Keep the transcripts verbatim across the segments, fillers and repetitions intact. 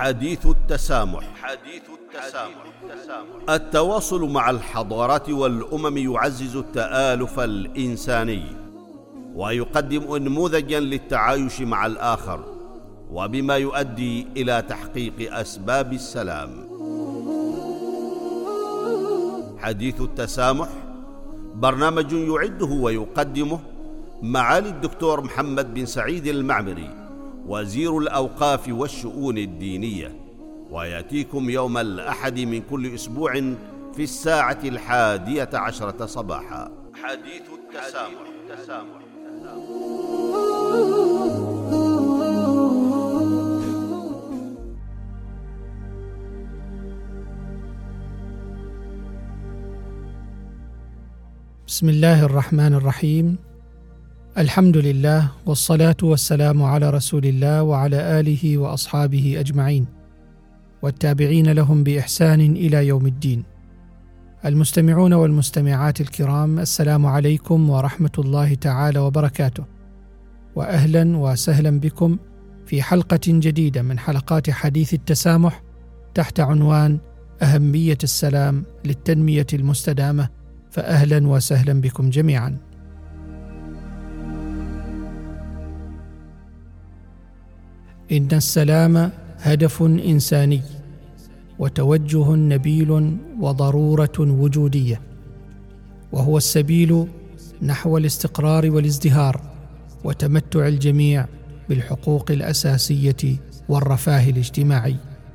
حديث التسامح. حديث التسامح. التواصل مع الحضارات والأمم يعزز التآلف الإنساني ويقدم نموذجا للتعايش مع الآخر، وبما يؤدي إلى تحقيق أسباب السلام. حديث التسامح برنامج يعده ويقدمه معالي الدكتور محمد بن سعيد المعمري، وزير الأوقاف والشؤون الدينية، ويأتيكم يوم الأحد من كل أسبوع في الساعة الحادية عشرة صباحا. حديث التسامح. بسم الله الرحمن الرحيم. الحمد لله والصلاة والسلام على رسول الله وعلى آله وأصحابه أجمعين والتابعين لهم بإحسان إلى يوم الدين. المستمعون والمستمعات الكرام، السلام عليكم ورحمة الله تعالى وبركاته، وأهلا وسهلا بكم في حلقة جديدة من حلقات حديث التسامح تحت عنوان أهمية السلام للتنمية المستدامة، فأهلا وسهلا بكم جميعا. إن السلام هدف إنساني وتوجه نبيل وضرورة وجودية، وهو السبيل نحو الاستقرار والازدهار وتمتع الجميع بالحقوق الأساسية والرفاه الاجتماعي.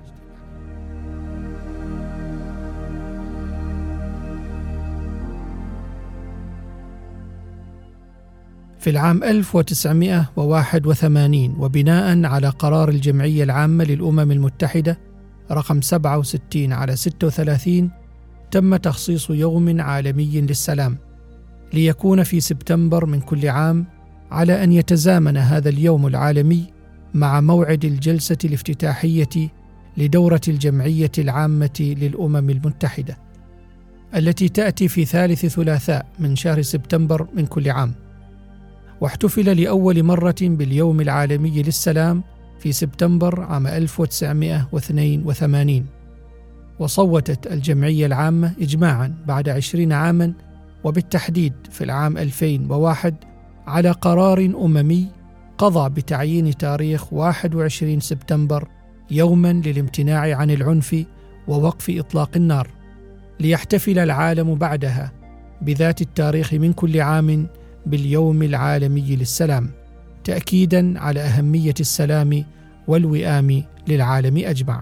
في العام ألف وتسعمائة وواحد وثمانين، وبناء على قرار الجمعية العامة للأمم المتحدة رقم سبعة وستين على ستة وثلاثين، تم تخصيص يوم عالمي للسلام ليكون في سبتمبر من كل عام، على أن يتزامن هذا اليوم العالمي مع موعد الجلسة الافتتاحية لدورة الجمعية العامة للأمم المتحدة التي تأتي في ثالث ثلاثاء من شهر سبتمبر من كل عام. واحتفل لأول مرة باليوم العالمي للسلام في سبتمبر عام ألف وتسعمائة واثنين وثمانين، وصوتت الجمعية العامة إجماعا بعد عشرين عاما، وبالتحديد في العام ألفين وواحد، على قرار أممي قضى بتعيين تاريخ واحد وعشرين سبتمبر يوما للامتناع عن العنف ووقف إطلاق النار، ليحتفل العالم بعدها بذات التاريخ من كل عام باليوم العالمي للسلام، تأكيداً على أهمية السلام والوئام للعالم أجمع.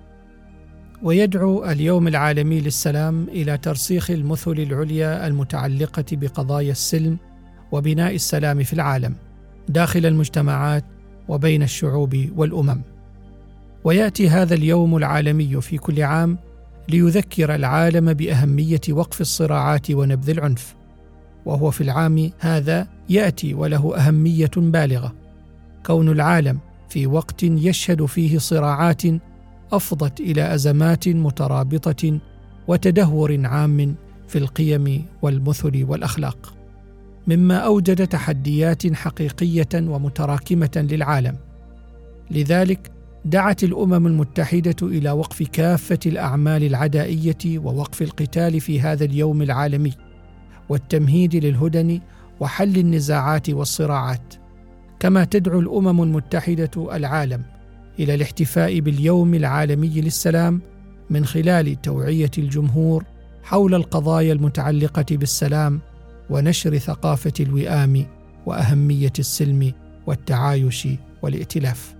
ويدعو اليوم العالمي للسلام إلى ترسيخ المثل العليا المتعلقة بقضايا السلم وبناء السلام في العالم داخل المجتمعات وبين الشعوب والأمم. ويأتي هذا اليوم العالمي في كل عام ليذكر العالم بأهمية وقف الصراعات ونبذ العنف، وهو في العام هذا يأتي وله أهمية بالغة، كون العالم في وقت يشهد فيه صراعات أفضت إلى أزمات مترابطة وتدهور عام في القيم والمثل والأخلاق، مما أوجد تحديات حقيقية ومتراكمة للعالم. لذلك دعت الأمم المتحدة إلى وقف كافة الأعمال العدائية ووقف القتال في هذا اليوم العالمي، والتمهيد للهدن وحل النزاعات والصراعات. كما تدعو الأمم المتحدة العالم إلى الاحتفاء باليوم العالمي للسلام من خلال توعية الجمهور حول القضايا المتعلقة بالسلام ونشر ثقافة الوئام وأهمية السلم والتعايش والائتلاف.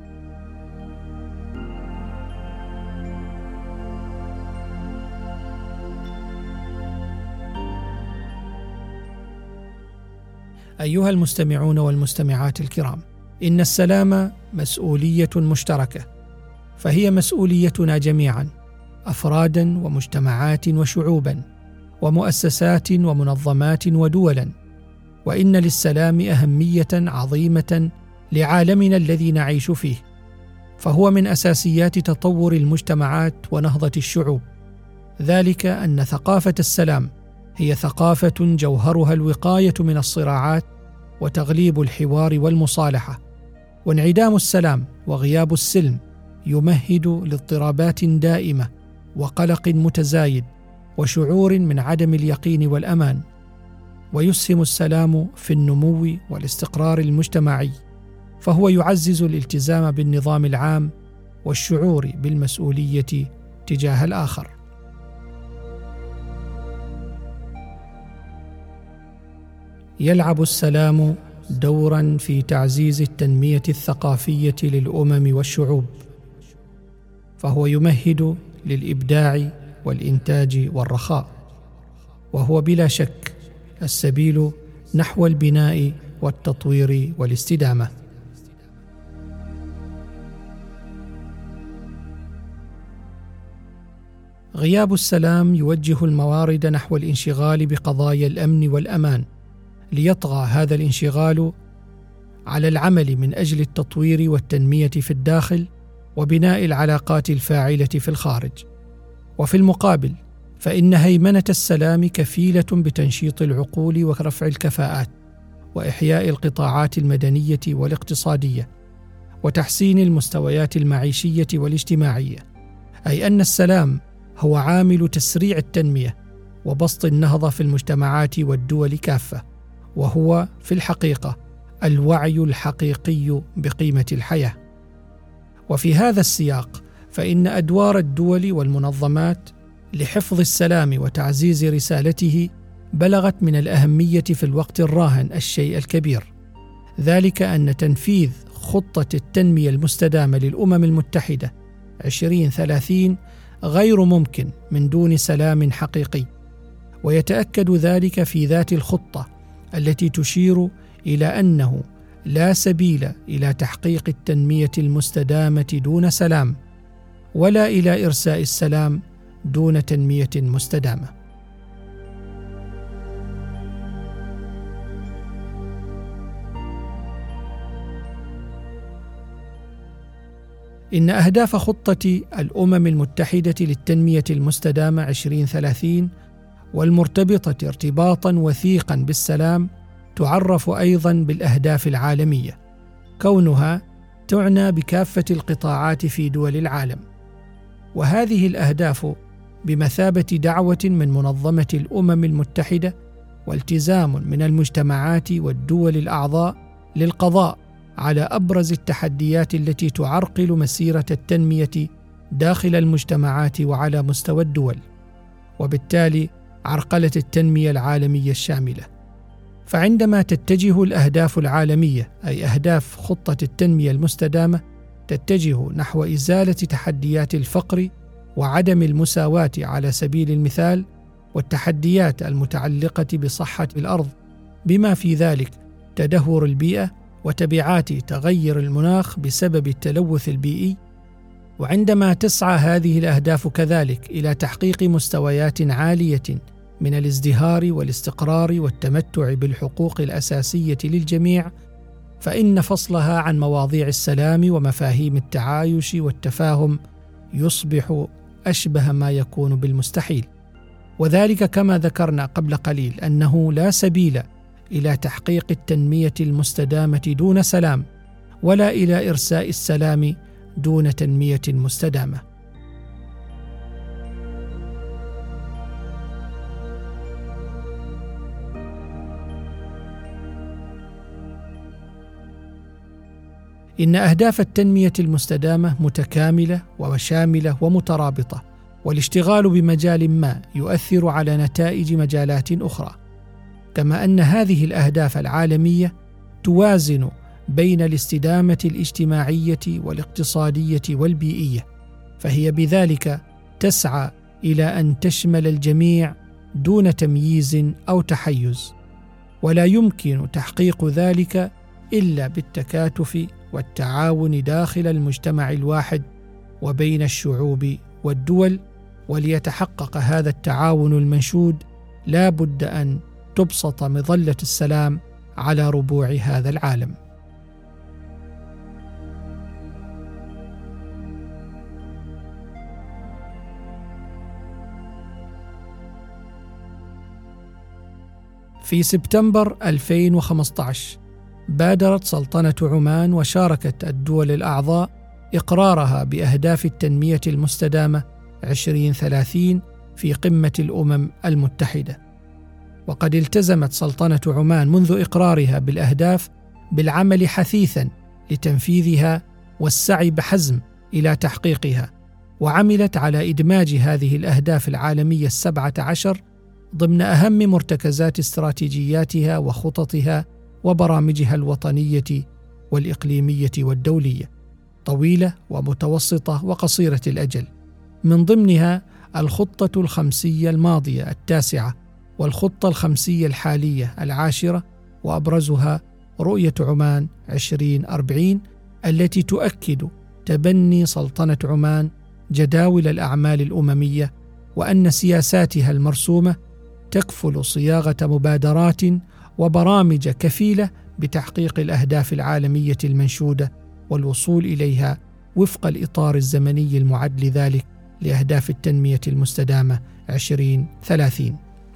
أيها المستمعون والمستمعات الكرام، إن السلام مسؤولية مشتركة، فهي مسؤوليتنا جميعا، أفرادا ومجتمعات وشعوبا ومؤسسات ومنظمات ودولا. وإن للسلام أهمية عظيمة لعالمنا الذي نعيش فيه، فهو من أساسيات تطور المجتمعات ونهضة الشعوب، ذلك أن ثقافة السلام هي ثقافة جوهرها الوقاية من الصراعات وتغليب الحوار والمصالحة، وانعدام السلام وغياب السلم يمهد لاضطرابات دائمة وقلق متزايد وشعور من عدم اليقين والأمان، ويسهم السلام في النمو والاستقرار المجتمعي، فهو يعزز الالتزام بالنظام العام والشعور بالمسؤولية تجاه الآخر. يلعب السلام دوراً في تعزيز التنمية الثقافية للأمم والشعوب، فهو يمهد للإبداع والإنتاج والرخاء، وهو بلا شك السبيل نحو البناء والتطوير والاستدامة. غياب السلام يوجه الموارد نحو الانشغال بقضايا الأمن والأمان، ليطغى هذا الانشغال على العمل من أجل التطوير والتنمية في الداخل وبناء العلاقات الفاعلة في الخارج. وفي المقابل فإن هيمنة السلام كفيلة بتنشيط العقول ورفع الكفاءات وإحياء القطاعات المدنية والاقتصادية وتحسين المستويات المعيشية والاجتماعية، أي أن السلام هو عامل تسريع التنمية وبسط النهضة في المجتمعات والدول كافة، وهو في الحقيقة الوعي الحقيقي بقيمة الحياة. وفي هذا السياق فإن أدوار الدول والمنظمات لحفظ السلام وتعزيز رسالته بلغت من الأهمية في الوقت الراهن الشيء الكبير، ذلك أن تنفيذ خطة التنمية المستدامة للأمم المتحدة عشرين ثلاثين غير ممكن من دون سلام حقيقي، ويتأكد ذلك في ذات الخطة التي تشير إلى أنه لا سبيل إلى تحقيق التنمية المستدامة دون سلام، ولا إلى إرساء السلام دون تنمية مستدامة. إن أهداف خطة الأمم المتحدة للتنمية المستدامة عشرين ثلاثين والمرتبطة ارتباطاً وثيقاً بالسلام تعرف أيضاً بالأهداف العالمية، كونها تعنى بكافة القطاعات في دول العالم. وهذه الأهداف بمثابة دعوة من منظمة الأمم المتحدة والتزام من المجتمعات والدول الأعضاء للقضاء على أبرز التحديات التي تعرقل مسيرة التنمية داخل المجتمعات وعلى مستوى الدول، وبالتالي عرقلة التنمية العالمية الشاملة. فعندما تتجه الأهداف العالمية، أي أهداف خطة التنمية المستدامة، تتجه نحو إزالة تحديات الفقر وعدم المساواة على سبيل المثال، والتحديات المتعلقة بصحة الأرض بما في ذلك تدهور البيئة وتبعات تغير المناخ بسبب التلوث البيئي. وعندما تسعى هذه الأهداف كذلك إلى تحقيق مستويات عالية من الازدهار والاستقرار والتمتع بالحقوق الأساسية للجميع، فإن فصلها عن مواضيع السلام ومفاهيم التعايش والتفاهم يصبح أشبه ما يكون بالمستحيل. وذلك كما ذكرنا قبل قليل أنه لا سبيل إلى تحقيق التنمية المستدامة دون سلام، ولا إلى إرساء السلام دون تنمية مستدامة. إن أهداف التنمية المستدامة متكاملة وشاملة ومترابطة، والاشتغال بمجال ما يؤثر على نتائج مجالات أخرى، كما أن هذه الأهداف العالمية توازن بين الاستدامة الاجتماعية والاقتصادية والبيئية، فهي بذلك تسعى إلى أن تشمل الجميع دون تمييز أو تحيز، ولا يمكن تحقيق ذلك إلا بالتكاتف والتعاون داخل المجتمع الواحد وبين الشعوب والدول. وليتحقق هذا التعاون المنشود لا بد أن تبسط مظلة السلام على ربوع هذا العالم. في سبتمبر ألفين وخمسة عشر بادرت سلطنة عمان وشاركت الدول الأعضاء إقرارها بأهداف التنمية المستدامة عشرين ثلاثين في قمة الأمم المتحدة. وقد التزمت سلطنة عمان منذ إقرارها بالأهداف بالعمل حثيثاً لتنفيذها والسعي بحزم إلى تحقيقها، وعملت على إدماج هذه الأهداف العالمية السبعة عشر ضمن أهم مرتكزات استراتيجياتها وخططها وبرامجها الوطنية والإقليمية والدولية، طويلة ومتوسطة وقصيرة الأجل، من ضمنها الخطة الخمسية الماضية التاسعة والخطة الخمسية الحالية العاشرة، وأبرزها رؤية عمان عشرين أربعين التي تؤكد تبني سلطنة عمان جداول الأعمال الأممية، وأن سياساتها المرسومة تكفل صياغة مبادرات وبرامج كفيلة بتحقيق الأهداف العالمية المنشودة والوصول إليها وفق الإطار الزمني المعد لذلك لأهداف التنمية المستدامة عشرين ثلاثين.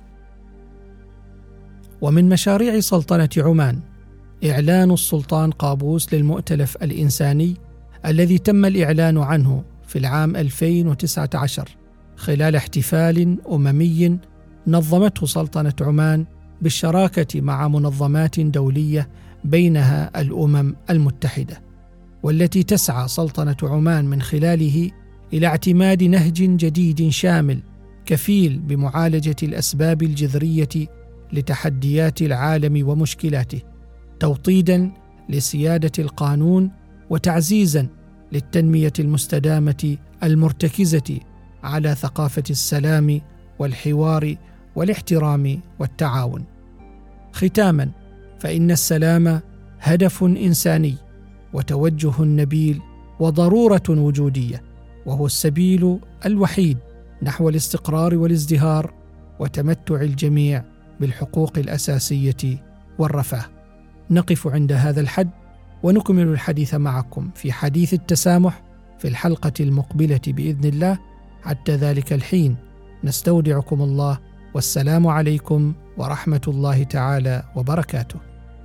ومن مشاريع سلطنة عمان إعلان السلطان قابوس للمؤتلف الإنساني الذي تم الإعلان عنه في العام ألفين وتسعة عشر خلال احتفال أممي نظمته سلطنة عمان بالشراكة مع منظمات دولية بينها الأمم المتحدة، والتي تسعى سلطنة عمان من خلاله إلى اعتماد نهج جديد شامل كفيل بمعالجة الأسباب الجذرية لتحديات العالم ومشكلاته، توطيداً لسيادة القانون وتعزيزاً للتنمية المستدامة المرتكزة على ثقافة السلام والحوار والاحترام والتعاون. ختاماً، فإن السلام هدف إنساني وتوجه نبيل وضرورة وجودية، وهو السبيل الوحيد نحو الاستقرار والازدهار وتمتع الجميع بالحقوق الأساسية والرفاه. نقف عند هذا الحد ونكمل الحديث معكم في حديث التسامح في الحلقة المقبلة بإذن الله. حتى ذلك الحين نستودعكم الله، والسلام عليكم ورحمة الله تعالى وبركاته.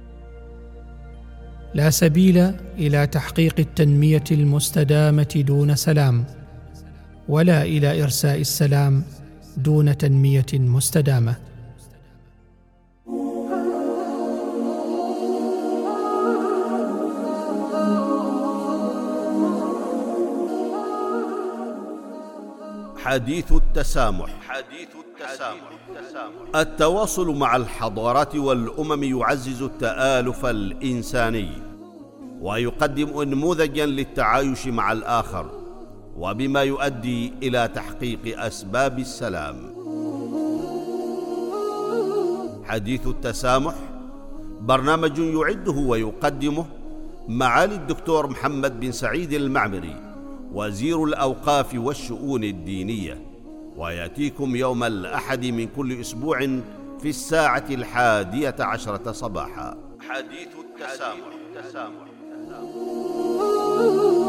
لا سبيل إلى تحقيق التنمية المستدامة دون سلام، ولا إلى إرساء السلام دون تنمية مستدامة. حديث التسامح. حديث التسامح. التواصل مع الحضارات والأمم يعزز التآلف الإنساني ويقدم نموذجاً للتعايش مع الآخر، وبما يؤدي إلى تحقيق أسباب السلام. حديث التسامح برنامج يعده ويقدمه معالي الدكتور محمد بن سعيد المعمري، وزير الأوقاف والشؤون الدينية، ويأتيكم يوم الأحد من كل أسبوع في الساعة الحادية عشرة صباحا. حديث التسامح.